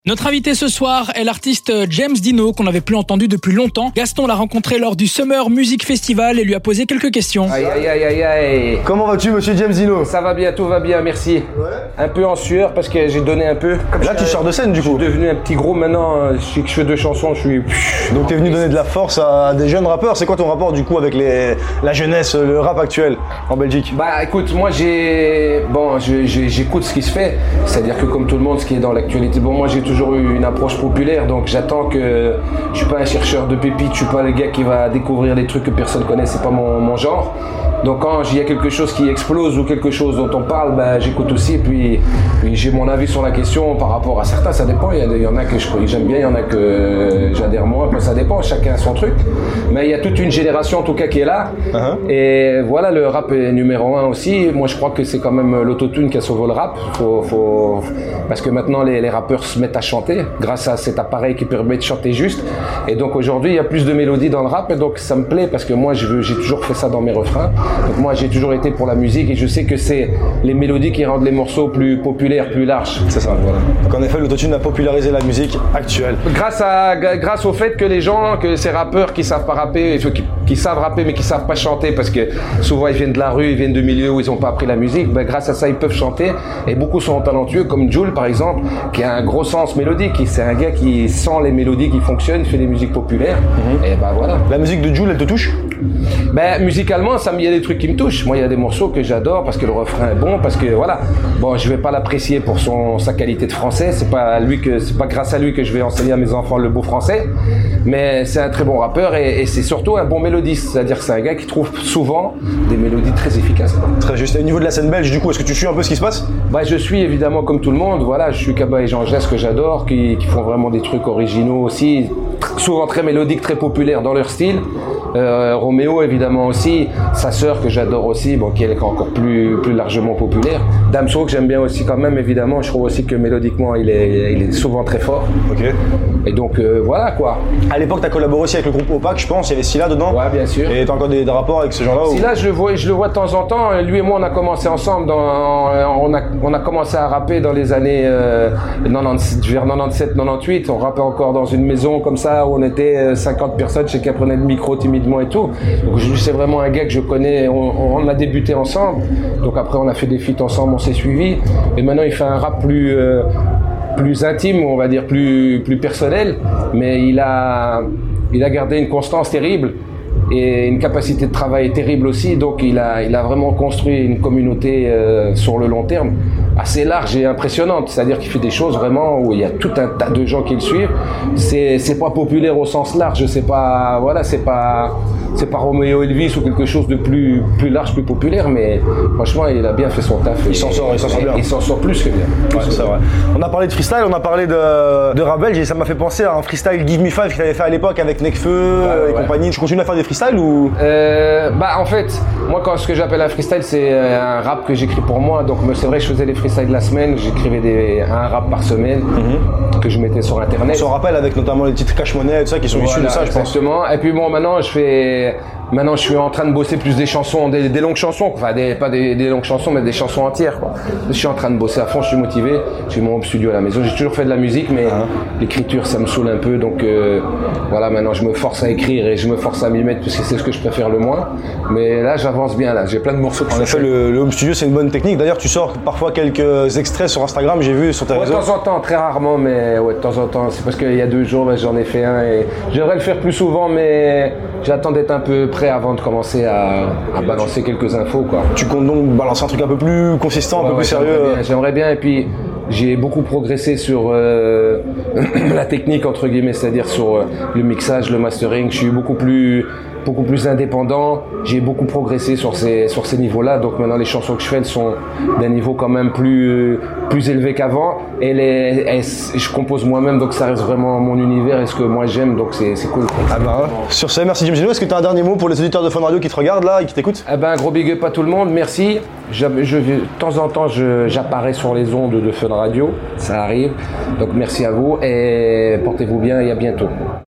Notre invité ce soir est l'artiste James Dino, qu'on n'avait plus entendu depuis longtemps. Gaston l'a rencontré lors du Summer Music Festival et lui a posé quelques questions. Aïe. Comment vas-tu, monsieur James Dino? Ça va bien, tout va bien, merci. Ouais. Un peu en sueur parce que j'ai donné un peu. Et là, tu sors de scène du coup. Je suis devenu un petit gros maintenant. Je fais 2 chansons, je suis. Donc t'es venu donner de la force à des jeunes rappeurs. C'est quoi ton rapport du coup avec la jeunesse, le rap actuel en Belgique? Bah écoute, moi j'écoute ce qui se fait. C'est-à-dire que comme tout le monde, ce qui est dans l'actualité. Bon, moi j'ai toujours eu une approche populaire, donc j'attends que. Je suis pas un chercheur de pépites, je suis pas le gars qui va découvrir des trucs que personne connaît, c'est pas mon genre. Donc quand il y a quelque chose qui explose ou quelque chose dont on parle, bah, j'écoute aussi et puis j'ai mon avis sur la question par rapport à certains, ça dépend, il y en a que j'aime bien, il y en a que j'adhère moins, ça dépend, chacun a son truc. Mais il y a toute une génération en tout cas qui est là. Et voilà, le rap est numéro 1 aussi. Moi je crois que c'est quand même l'autotune qui a sauvé le rap, parce que maintenant les rappeurs se mettent à chanter grâce à cet appareil qui permet de chanter juste. Et donc aujourd'hui il y a plus de mélodies dans le rap et donc ça me plaît parce que moi j'ai toujours fait ça dans mes refrains. Donc moi j'ai toujours été pour la musique et je sais que c'est les mélodies qui rendent les morceaux plus populaires, plus larges. C'est ça, voilà. Donc en effet l'autotune a popularisé la musique actuelle. Grâce au fait que les gens, que ces rappeurs qui savent pas rapper, qui savent rapper mais qui savent pas chanter parce que souvent ils viennent de la rue, ils viennent de milieux où ils ont pas appris la musique, ben grâce à ça ils peuvent chanter et beaucoup sont talentueux comme Jul par exemple qui a un gros sens mélodique, c'est un gars qui sent les mélodies qui fonctionnent, il fait des musiques populaires et ben voilà. La musique de Jul elle te touche? Ben musicalement il y a des trucs qui me touchent. Moi il y a des morceaux que j'adore parce que le refrain est bon, parce que voilà. Bon, je vais pas l'apprécier pour sa qualité de français, c'est pas grâce à lui que je vais enseigner à mes enfants le beau français, mais c'est un très bon rappeur et c'est surtout un bon mélodiste, c'est-à-dire que c'est un gars qui trouve souvent des mélodies très efficaces. Très juste. Et au niveau de la scène belge du coup, est-ce que tu suis un peu ce qui se passe? Bah je suis évidemment comme tout le monde, voilà, je suis Kaba et Jean Gess que j'adore, qui font vraiment des trucs originaux aussi, souvent très mélodiques, très populaires dans leur style. Roméo évidemment aussi, sa sœur que j'adore aussi, bon, qui est encore plus largement populaire. Damso que j'aime bien aussi quand même évidemment, je trouve aussi que mélodiquement il est souvent très fort. Ok. Et donc voilà quoi. À l'époque t'as collaboré aussi avec le groupe Opaque je pense, il y avait Scylla dedans. Ouais bien sûr. Et t'as encore des rapports avec ce genre-là? Scylla je le vois de temps en temps, lui et moi on a commencé ensemble, on a commencé à rapper dans les années 97-98, on rappait encore dans une maison comme ça où on était 50 personnes, chacun prenait le micro timidement et tout. Donc c'est vraiment un gars que je connais, on a débuté ensemble, donc après on a fait des feats ensemble, on s'est suivis, et maintenant il fait un rap plus intime, on va dire plus personnel, mais il a gardé une constance terrible et une capacité de travail terrible aussi, donc il a vraiment construit une communauté sur le long terme assez large et impressionnante, c'est-à-dire qu'il fait des choses vraiment où il y a tout un tas de gens qui le suivent. C'est pas populaire au sens large, c'est pas Roméo Elvis ou quelque chose de plus large, plus populaire, mais franchement il a bien fait son taf. Il s'en sort bien. Il s'en sort plus que bien. Ouais, c'est vrai. On a parlé de freestyle, on a parlé de rap belge et ça m'a fait penser à un freestyle Give Me Five que tu avais fait à l'époque avec Nekfeu et compagnie. Tu continues à faire des freestyles ou? Bah en fait, moi ce que j'appelle un freestyle c'est un rap que j'écris pour moi, donc c'est vrai que je faisais les freestyles de la semaine, j'écrivais un rap par semaine que je mettais sur internet. On s'en rappelle avec notamment les titres Cash Money et tout ça qui sont issus de ça, je pense. Exactement. Et puis bon, maintenant je suis en train de bosser plus des chansons, des longues chansons, enfin pas des longues chansons, mais des chansons entières quoi. Je suis en train de bosser à fond, je suis motivé. J'ai mon home studio à la maison. J'ai toujours fait de la musique, mais l'écriture ça me saoule un peu, donc voilà, maintenant je me force à écrire et je me force à m'y mettre parce que c'est ce que je préfère le moins. Mais là j'avance bien, là j'ai plein de morceaux. En effet, le home studio c'est une bonne technique. D'ailleurs, tu sors parfois quelques extraits sur Instagram, j'ai vu sur tes réseaux. De temps en temps, très rarement, mais ouais, de temps en temps. C'est parce qu'il y a 2 jours, j'en ai fait un et j'aimerais le faire plus souvent, mais j'attends d'être un peu prêt avant de commencer à balancer quelques infos quoi. Tu comptes donc balancer un truc un peu plus consistant, un peu plus sérieux? J'aimerais bien, et puis j'ai beaucoup progressé sur la technique entre guillemets, c'est-à-dire sur le mixage, le mastering. Je suis beaucoup plus indépendant, j'ai beaucoup progressé sur ces niveaux-là, donc maintenant les chansons que je fais elles sont d'un niveau quand même plus élevé qu'avant et je compose moi-même, donc ça reste vraiment mon univers et ce que moi j'aime, donc c'est cool. Ah bah, sur ce, merci James Dino. Est-ce que tu as un dernier mot pour les auditeurs de Fun Radio qui te regardent là et qui t'écoutent? Eh ben, un gros big up à tout le monde, merci. De temps en temps j'apparais sur les ondes de Fun Radio, ça arrive, donc merci à vous et portez-vous bien et à bientôt.